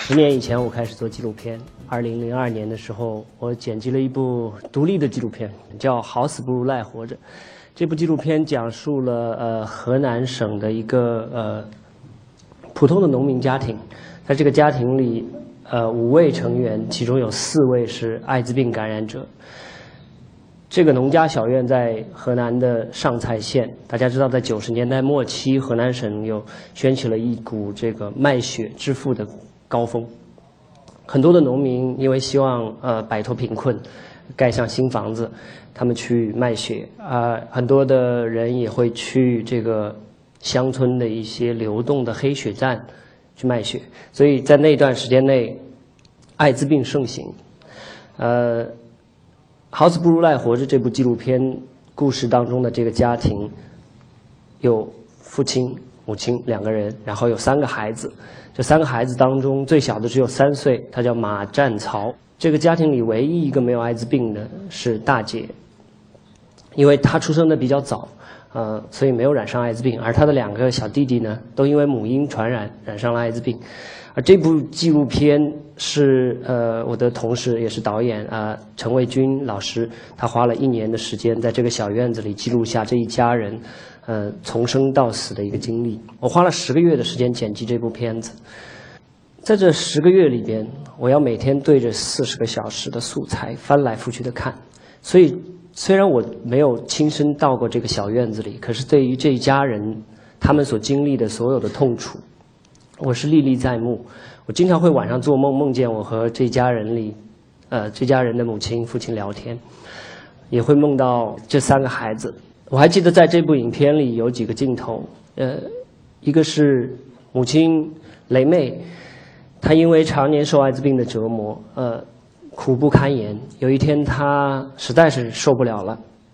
10年以前，我开始做纪录片。2002年的时候，我剪辑了一部独立的纪录片，叫《好死不如赖活着》。这部纪录片讲述了河南省的一个普通的农民家庭，在这个家庭里，5位成员，其中有4位是艾滋病感染者。这个农家小院在河南的上蔡县，大家知道，在90年代末期，河南省有掀起了一股这个卖血致富的高峰。很多的农民因为希望摆脱贫困，盖上新房子，他们去卖血很多的人也会去这个乡村的一些流动的黑血站去卖血，所以在那段时间内，艾滋病盛行。好死不如赖活着这部纪录片故事当中的这个家庭，有父亲、母亲2个人，然后有3个孩子。这3个孩子当中，最小的只有3岁，他叫马占曹。这个家庭里唯一一个没有艾滋病的是大姐，因为她出生的比较早，所以没有染上艾滋病。而她的2个小弟弟呢，都因为母婴传染上了艾滋病。而这部纪录片是我的同事也是导演陈卫军老师，他花了1年的时间在这个小院子里记录下这一家人从生到死的一个经历。我花了10个月的时间剪辑这部片子，在这10个月里边，我要每天对着40个小时的素材翻来覆去的看。所以虽然我没有亲身到过这个小院子里，可是对于这一家人他们所经历的所有的痛楚，我是历历在目。我经常会晚上做梦，梦见我和这家人的母亲、父亲聊天，也会梦到这3个孩子。我还记得在这部影片里有几个镜头，一个是母亲雷妹，她因为常年受艾滋病的折磨，苦不堪言。有一天，她实在是受不了了，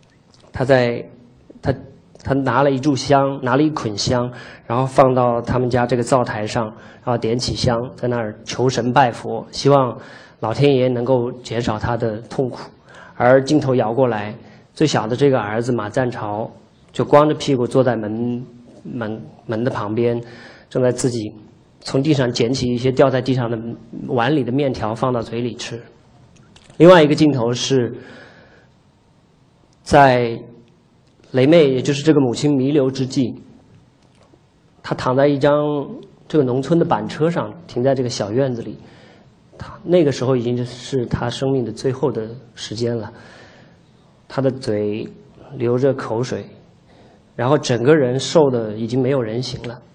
他拿了一炷香，拿了一捆香，然后放到他们家这个灶台上，然后点起香，在那儿求神拜佛，希望老天爷能够减少他的痛苦。而镜头摇过来，最小的这个儿子马占朝就光着屁股坐在门的旁边，正在自己从地上捡起一些掉在地上的碗里的面条放到嘴里吃。另外一个镜头是在雷妹，也就是这个母亲弥留之际，她躺在一张这个农村的板车上，停在这个小院子里。那个时候已经是她生命的最后的时间了，她的嘴流着口水，然后整个人瘦的已经没有人形了。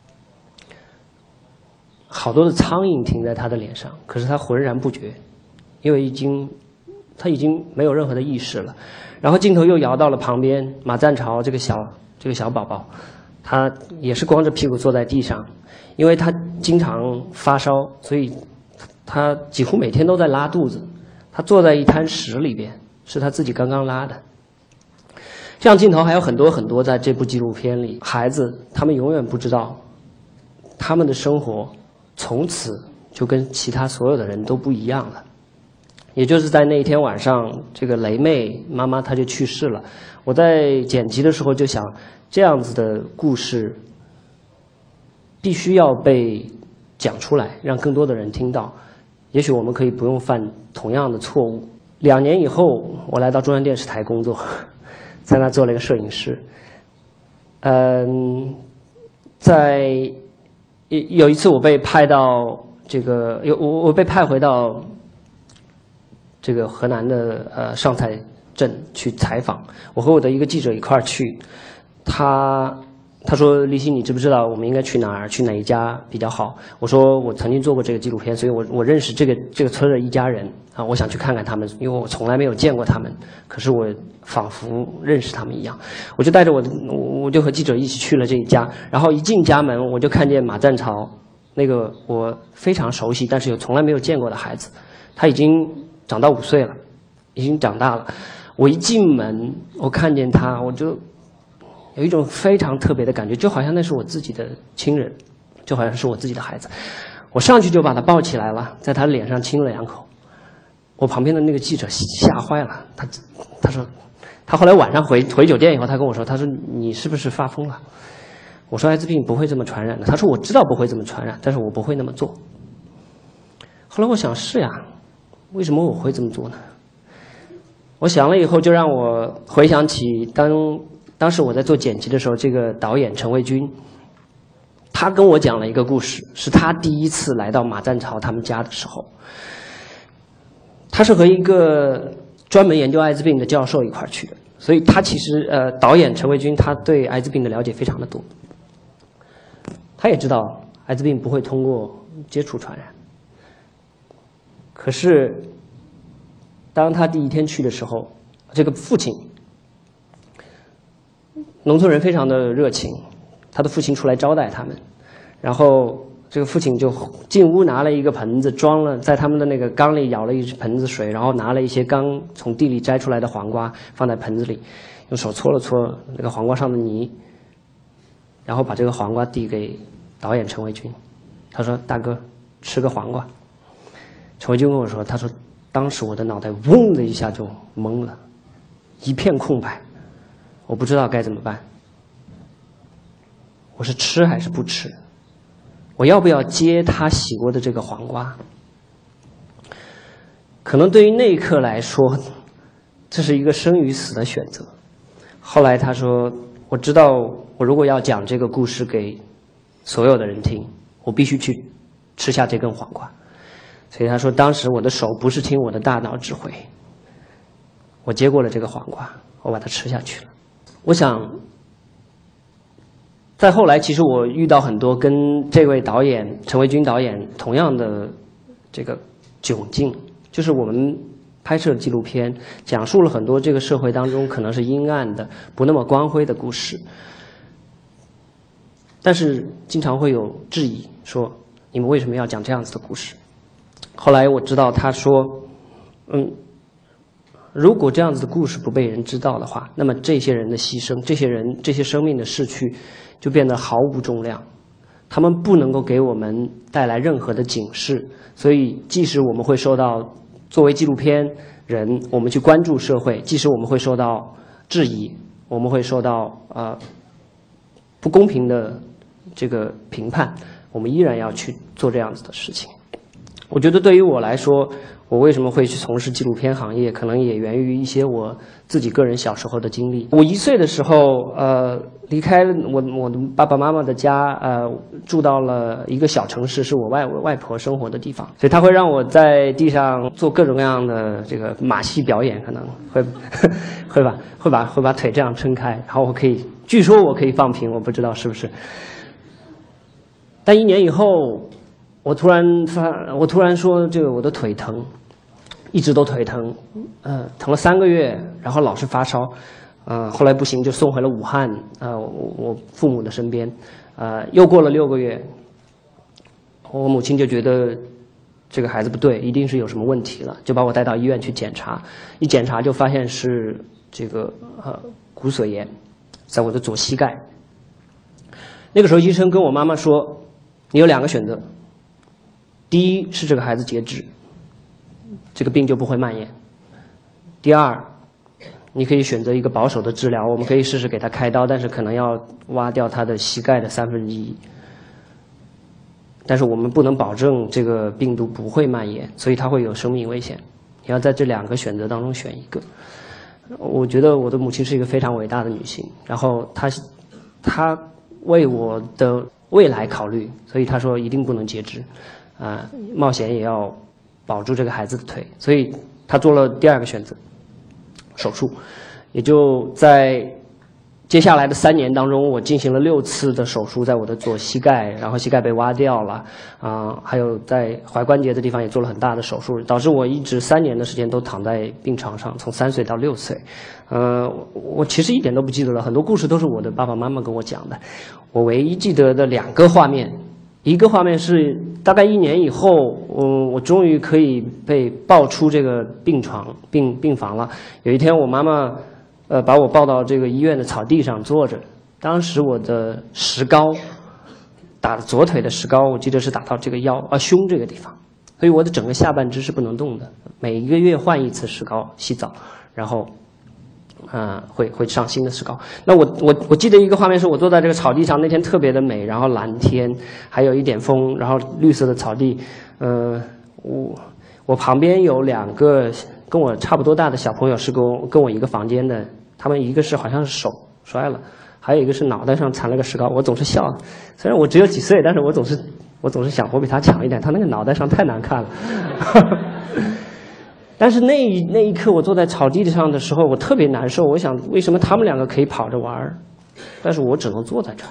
好多的苍蝇停在她的脸上，可是她浑然不觉，因为她已经没有任何的意识了。然后镜头又摇到了旁边，马占朝这个小宝宝，他也是光着屁股坐在地上，因为他经常发烧，所以他几乎每天都在拉肚子。他坐在一滩屎里边，是他自己刚刚拉的。这样镜头还有很多很多，在这部纪录片里，孩子他们永远不知道，他们的生活从此就跟其他所有的人都不一样了。也就是在那一天晚上，这个雷妹妈妈她就去世了。我在剪辑的时候就想，这样子的故事必须要被讲出来，让更多的人听到。也许我们可以不用犯同样的错误。2年以后，我来到中央电视台工作，在那做了一个摄影师。有一次我被派到我被派回到这个河南的上蔡镇去采访，我和我的一个记者一块儿去，他说：“立新，你知不知道我们应该去哪儿？去哪一家比较好？”我说：“我曾经做过这个纪录片，所以我认识这个村的一家人啊，我想去看看他们，因为我从来没有见过他们，可是我仿佛认识他们一样。”我就带着我就和记者一起去了这一家，然后一进家门，我就看见马占朝那个我非常熟悉但是又从来没有见过的孩子，他已经长到5岁了，已经长大了。我一进门，我看见他，我就有一种非常特别的感觉，就好像那是我自己的亲人，就好像是我自己的孩子。我上去就把他抱起来了，在他脸上亲了2口。我旁边的那个记者吓坏了，他说，他后来晚上回酒店以后，他跟我说，他说你是不是发疯了？我说艾滋病不会这么传染的。他说我知道不会这么传染，但是我不会那么做。 后来我想是呀，为什么我会这么做呢？我想了以后，就让我回想起当时我在做剪辑的时候，这个导演陈卫军，他跟我讲了一个故事，是他第一次来到马占朝他们家的时候，他是和一个专门研究艾滋病的教授一块儿去的，所以他其实导演陈卫军他对艾滋病的了解非常的多，他也知道艾滋病不会通过接触传染。可是当他第一天去的时候，这个父亲，农村人非常的热情，他的父亲出来招待他们，然后这个父亲就进屋拿了一个盆子，装了在他们的那个缸里舀了一盆子水，然后拿了一些刚从地里摘出来的黄瓜放在盆子里，用手搓了搓那个黄瓜上的泥，然后把这个黄瓜递给导演陈卫军，他说：“大哥，吃个黄瓜。”陈卫军跟我说：“他说当时我的脑袋嗡的一下就懵了，一片空白，我不知道该怎么办。我是吃还是不吃？我要不要接他洗过的这个黄瓜？可能对于那一刻来说，这是一个生与死的选择。后来他说，我知道我如果要讲这个故事给所有的人听，我必须去吃下这根黄瓜。所以他说，当时我的手不是听我的大脑指挥，我接过了这个黄瓜，我把它吃下去了。我想再后来，其实我遇到很多跟这位导演陈卫军导演同样的这个窘境，就是我们拍摄纪录片，讲述了很多这个社会当中可能是阴暗的、不那么光辉的故事，但是经常会有质疑，说你们为什么要讲这样子的故事？后来我知道他说，如果这样子的故事不被人知道的话，那么这些人的牺牲，这些生命的逝去，就变得毫无重量。他们不能够给我们带来任何的警示，所以即使我们会受到作为纪录片人，我们去关注社会，即使我们会受到质疑，我们会受到不公平的这个评判，我们依然要去做这样子的事情。我觉得对于我来说，我为什么会去从事纪录片行业，可能也源于一些我自己个人小时候的经历。我1岁的时候，离开我的爸爸妈妈的家，住到了一个小城市，是我外婆生活的地方，所以她会让我在地上做各种各样的这个马戏表演，可能会把腿这样撑开，然后据说我可以放平，我不知道是不是。但1年以后，我突然说，这个我的腿疼，一直都腿疼，疼了3个月，然后老是发烧，后来不行就送回了武汉，我父母的身边，又过了6个月，我母亲就觉得这个孩子不对，一定是有什么问题了，就把我带到医院去检查，一检查就发现是这个骨髓炎，在我的左膝盖。那个时候医生跟我妈妈说，你有2个选择。第一是这个孩子截肢，这个病就不会蔓延。第二，你可以选择一个保守的治疗，我们可以试试给他开刀，但是可能要挖掉他的膝盖的1/3。但是我们不能保证这个病毒不会蔓延，所以它会有生命危险。你要在这2个选择当中选一个。我觉得我的母亲是一个非常伟大的女性，然后她为我的未来考虑，所以她说一定不能截肢。冒险也要保住这个孩子的腿，所以他做了第2个选择，手术。也就在接下来的3年当中，我进行了6次的手术，在我的左膝盖，然后膝盖被挖掉了，还有在踝关节的地方也做了很大的手术，导致我一直3年的时间都躺在病床上，从3岁到6岁。我其实一点都不记得了，很多故事都是我的爸爸妈妈跟我讲的。我唯一记得的2个画面。一个画面是大概1年以后，我终于可以被抱出这个病房了。有一天，我妈妈把我抱到这个医院的草地上坐着。当时我的石膏打左腿的石膏，我记得是打到这个胸这个地方，所以我的整个下半肢是不能动的。每1个月换1次石膏洗澡，然后会上新的石膏。那我记得一个画面是我坐在这个草地上，那天特别的美，然后蓝天，还有一点风，然后绿色的草地， 我旁边有2个跟我差不多大的小朋友是跟我一个房间的，他们一个是好像是手摔了，还有一个是脑袋上缠了个石膏。我总是笑，虽然我只有几岁，但是我总是想我比他强一点，他那个脑袋上太难看了。但是那一刻我坐在草地上的时候，我特别难受。我想为什么他们2个可以跑着玩，但是我只能坐在这儿。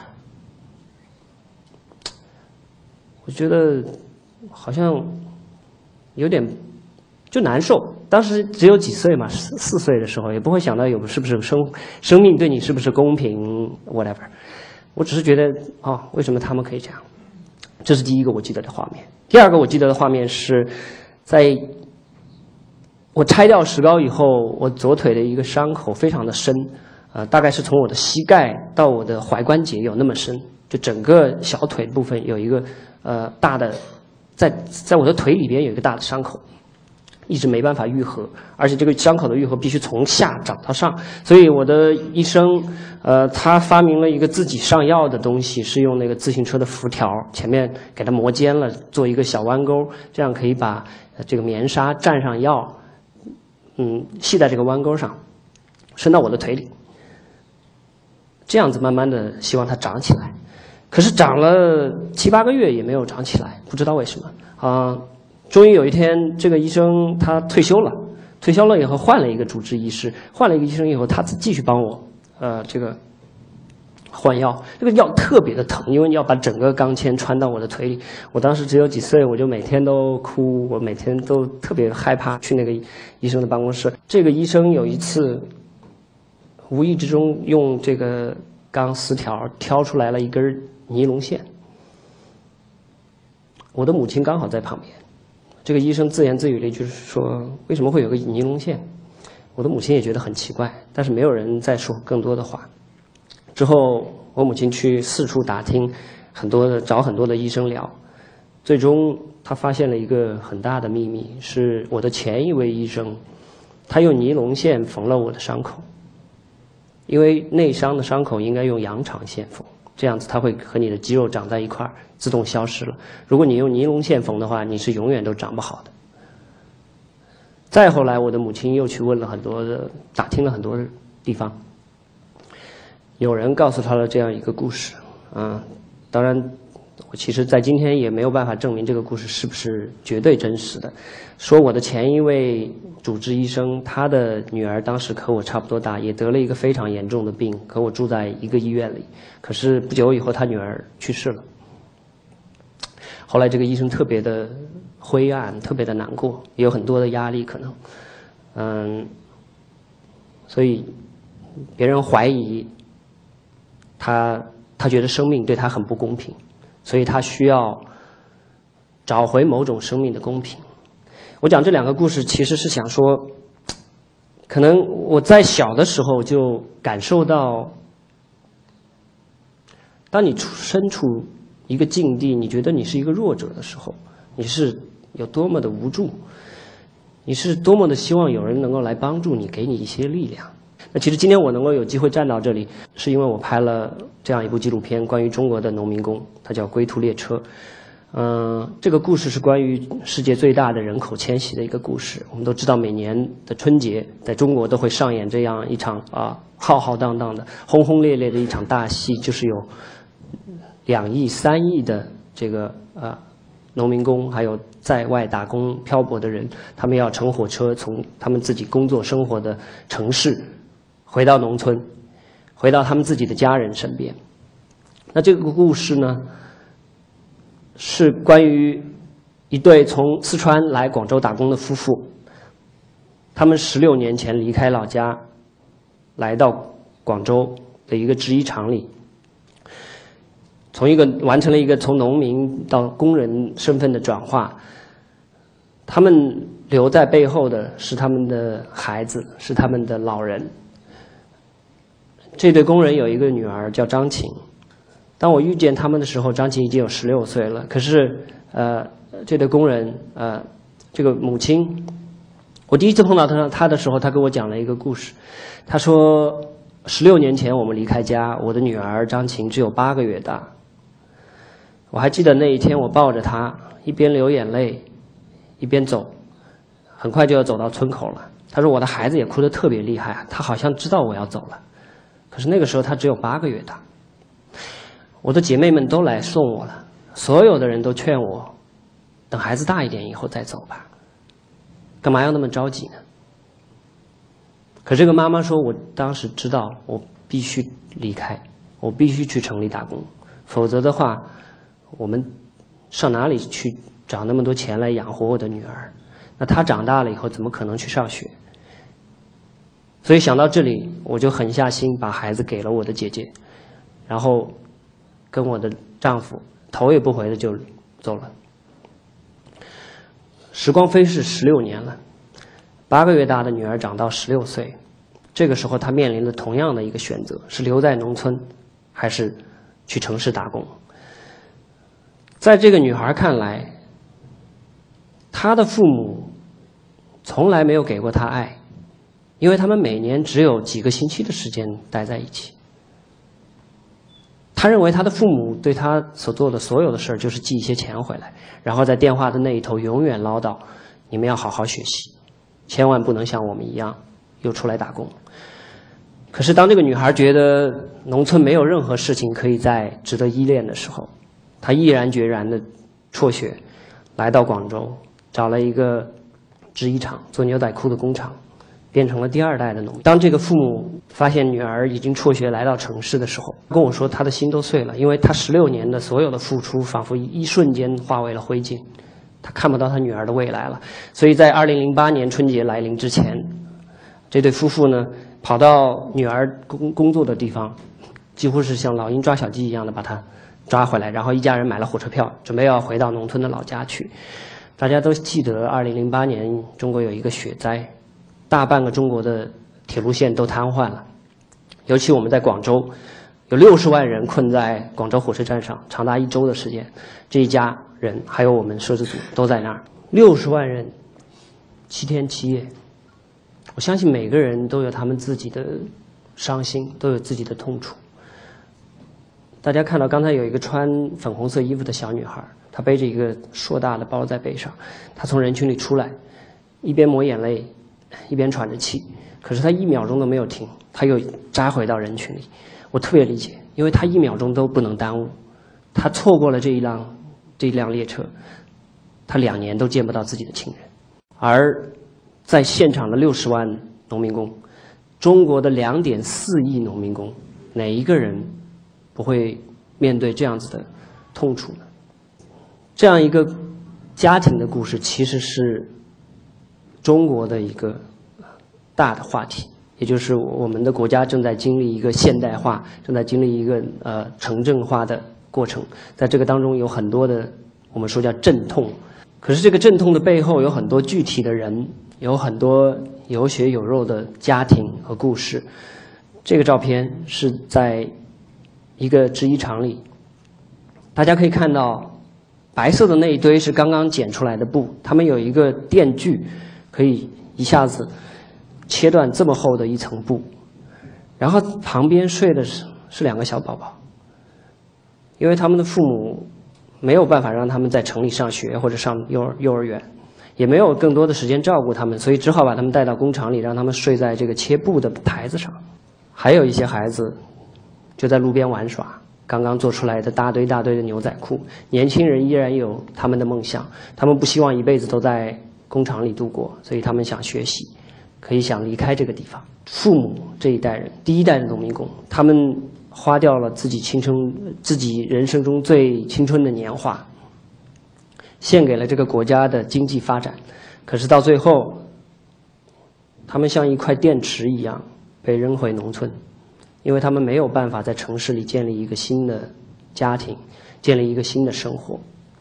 我觉得好像有点就难受。当时只有几岁嘛，4岁的时候，也不会想到是不是生命对你是不是公平 whatever。我只是觉得为什么他们可以这样？这是第一个我记得的画面。第二个我记得的画面是在我拆掉石膏以后，我左腿的一个伤口非常的深，大概是从我的膝盖到我的踝关节有那么深，就整个小腿部分有一个大的，在我的腿里边有一个大的伤口，一直没办法愈合，而且这个伤口的愈合必须从下长到上，所以我的医生他发明了一个自己上药的东西，是用那个自行车的辐条前面给它磨尖了，做一个小弯钩，这样可以把这个棉纱蘸上药，系在这个弯钩上，伸到我的腿里，这样子慢慢的希望它长起来。可是长了7、8个月也没有长起来，不知道为什么终于有一天，这个医生他退休了以后换了一个主治医师，换了一个医生以后，他继续帮我这个换药。这个药特别的疼，因为你要把整个钢钎穿到我的腿里。我当时只有几岁，我就每天都哭，我每天都特别害怕去那个医生的办公室。这个医生有一次无意之中用这个钢丝条挑出来了一根尼龙线，我的母亲刚好在旁边。这个医生自言自语了一句说：“为什么会有个尼龙线？”我的母亲也觉得很奇怪，但是没有人再说更多的话。之后，我母亲去四处打听，找很多的医生聊，最终她发现了一个很大的秘密，是我的前一位医生，他用尼龙线缝了我的伤口，因为内伤的伤口应该用羊肠线缝，这样子它会和你的肌肉长在一块儿，自动消失了。如果你用尼龙线缝的话，你是永远都长不好的。再后来，我的母亲又去问了打听了很多的地方，有人告诉她了这样一个故事当然，我其实在今天也没有办法证明这个故事是不是绝对真实的。说我的前一位主治医生，他的女儿当时和我差不多大，也得了一个非常严重的病，和我住在一个医院里。可是不久以后，他女儿去世了。后来这个医生特别的灰暗，特别的难过，也有很多的压力可能，所以别人怀疑他觉得生命对他很不公平，所以他需要找回某种生命的公平。我讲这2个故事，其实是想说，可能我在小的时候就感受到，当你身处一个境地，你觉得你是一个弱者的时候，你是有多么的无助，你是多么的希望有人能够来帮助你，给你一些力量。那其实今天我能够有机会站到这里，是因为我拍了这样一部纪录片，关于中国的农民工，它叫《归途列车》。这个故事是关于世界最大的人口迁徙的一个故事。我们都知道，每年的春节在中国都会上演这样一场浩浩荡荡的、轰轰烈烈的一场大戏，就是有2亿、3亿的这个农民工，还有在外打工漂泊的人，他们要乘火车从他们自己工作生活的城市回到农村，回到他们自己的家人身边。那这个故事呢，是关于一对从四川来广州打工的夫妇，他们16年前离开老家，来到广州的一个制衣厂里，完成了一个从农民到工人身份的转化。他们留在背后的是他们的孩子，是他们的老人。这对工人有一个女儿叫张琴。当我遇见他们的时候，张琴已经有16岁了。可是，这对工人，这个母亲，我第一次碰到她的时候，她跟我讲了一个故事。她说，16年前我们离开家，我的女儿张琴只有8个月大。我还记得那一天，我抱着她，一边流眼泪， 一边走，很快就要走到村口了。他说我的孩子也哭得特别厉害啊，他好像知道我要走了。可是那个时候他只有8个月大。我的姐妹们都来送我了，所有的人都劝我，等孩子大一点以后再走吧，干嘛要那么着急呢？可这个妈妈说，我当时知道我必须离开，我必须去城里打工，否则的话，我们上哪里去找那么多钱来养活我的女儿？那她长大了以后怎么可能去上学？所以想到这里，我就狠下心把孩子给了我的姐姐，然后跟我的丈夫头也不回的就走了。时光飞逝16年了，8个月大的女儿长到16岁，这个时候她面临了同样的一个选择，是留在农村，还是去城市打工。在这个女孩看来，她的父母从来没有给过她爱，因为他们每年只有几个星期的时间待在一起。她认为她的父母对她所做的所有的事儿就是寄一些钱回来，然后在电话的那一头永远唠叨，你们要好好学习，千万不能像我们一样又出来打工。可是当这个女孩觉得农村没有任何事情可以再值得依恋的时候，她毅然决然的辍学，来到广州，找了一个制衣厂做牛仔裤的工厂，变成了第2代的农民。当这个父母发现女儿已经辍学来到城市的时候，跟我说他的心都碎了，因为他16年的所有的付出仿佛一瞬间化为了灰烬，他看不到他女儿的未来了。所以在2008年春节来临之前，这对夫妇呢跑到女儿工作的地方，几乎是像老鹰抓小鸡一样的把她抓回来，然后一家人买了火车票，准备要回到农村的老家去。大家都记得2008年中国有一个雪灾，大半个中国的铁路线都瘫痪了，尤其我们在广州，有60万人困在广州火车站上，长达1周的时间。这一家人还有我们摄制组都在那儿，60万人，7天7夜。我相信每个人都有他们自己的伤心，都有自己的痛楚。大家看到刚才有一个穿粉红色衣服的小女孩，她背着一个硕大的包在背上，她从人群里出来，一边抹眼泪一边喘着气，可是她1秒钟都没有停，她又扎回到人群里。我特别理解，因为她1秒钟都不能耽误，她错过了这一辆列车，她2年都见不到自己的亲人。而在现场的60万农民工，中国的2.4亿农民工，哪一个人不会面对这样子的痛楚呢？这样一个家庭的故事，其实是中国的一个大的话题，也就是我们的国家正在经历一个现代化，正在经历一个城镇化的过程。在这个当中有很多的我们说叫阵痛，可是这个阵痛的背后有很多具体的人，有很多有血有肉的家庭和故事。这个照片是在一个制衣厂里，大家可以看到白色的那一堆是刚刚剪出来的布，他们有一个电锯可以一下子切断这么厚的一层布，然后旁边睡的是2个小宝宝，因为他们的父母没有办法让他们在城里上学或者上幼儿园，也没有更多的时间照顾他们，所以只好把他们带到工厂里，让他们睡在这个切布的台子上。还有一些孩子就在路边玩耍，刚刚做出来的大堆大堆的牛仔裤。年轻人依然有他们的梦想，他们不希望一辈子都在工厂里度过，所以他们想学习，可以想离开这个地方。父母这一代人，第1代的农民工，他们花掉了自己人生中最青春的年华，献给了这个国家的经济发展。可是到最后，他们像一块电池一样被扔回农村，因为他们没有办法在城市里建立一个新的家庭，建立一个新的生活。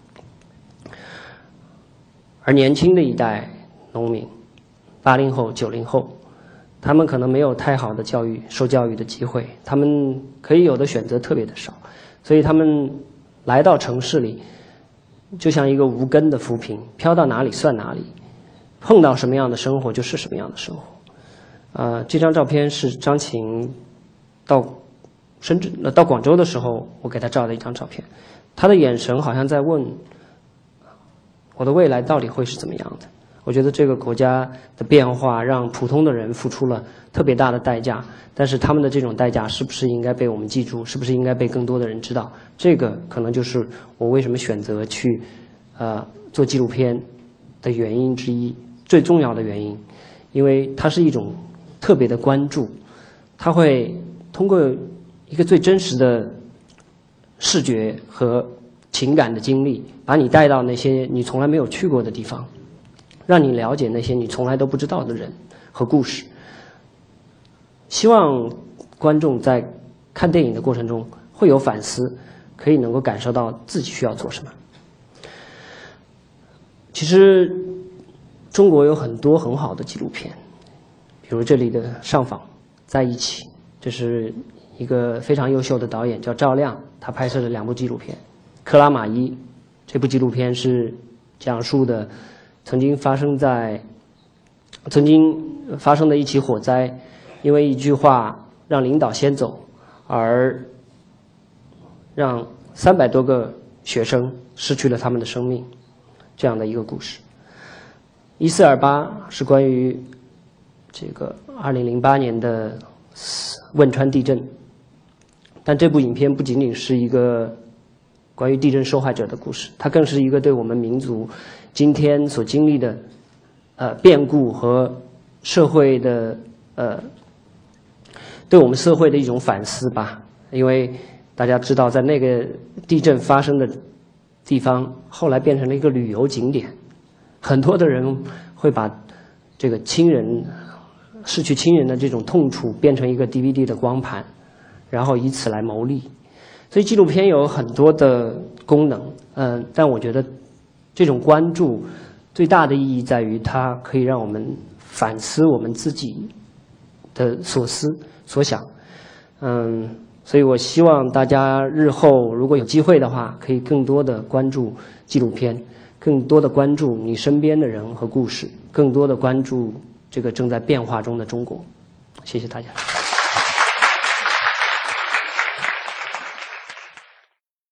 而年轻的一代农民，80后、90后，他们可能没有太好的受教育的机会，他们可以有的选择特别的少，所以他们来到城市里，就像一个无根的浮萍，飘到哪里算哪里，碰到什么样的生活就是什么样的生活。这张照片是张琴到广州的时候，我给他照的一张照片。他的眼神好像在问， 我的未来到底会是怎么样的？我觉得这个国家的变化让普通的人付出了特别大的代价，但是他们的这种代价是不是应该被我们记住？是不是应该被更多的人知道？这个可能就是我为什么选择去做纪录片的原因之一，最重要的原因，因为它是一种特别的关注，它会通过一个最真实的视觉和情感的经历，把你带到那些你从来没有去过的地方，让你了解那些你从来都不知道的人和故事。希望观众在看电影的过程中会有反思，可以能够感受到自己需要做什么。其实中国有很多很好的纪录片，比如这里的上访在一起，这是一个非常优秀的导演叫赵亮，他拍摄了2部纪录片。克拉玛依这部纪录片是讲述的曾经发生的一起火灾，因为一句话让领导先走，而让300多个学生失去了他们的生命，这样的一个故事。1428是关于这个2008年的汶川地震，但这部影片不仅仅是一个关于地震受害者的故事，它更是一个对我们民族今天所经历的变故和社会的对我们社会的一种反思吧。因为大家知道，在那个地震发生的地方，后来变成了一个旅游景点，很多的人会把这个失去亲人的这种痛楚变成一个 DVD 的光盘，然后以此来牟利。所以纪录片有很多的功能，但我觉得这种关注最大的意义在于它可以让我们反思我们自己的所思所想。所以我希望大家日后如果有机会的话，可以更多的关注纪录片，更多的关注你身边的人和故事，更多的关注这个正在变化中的中国。谢谢大家。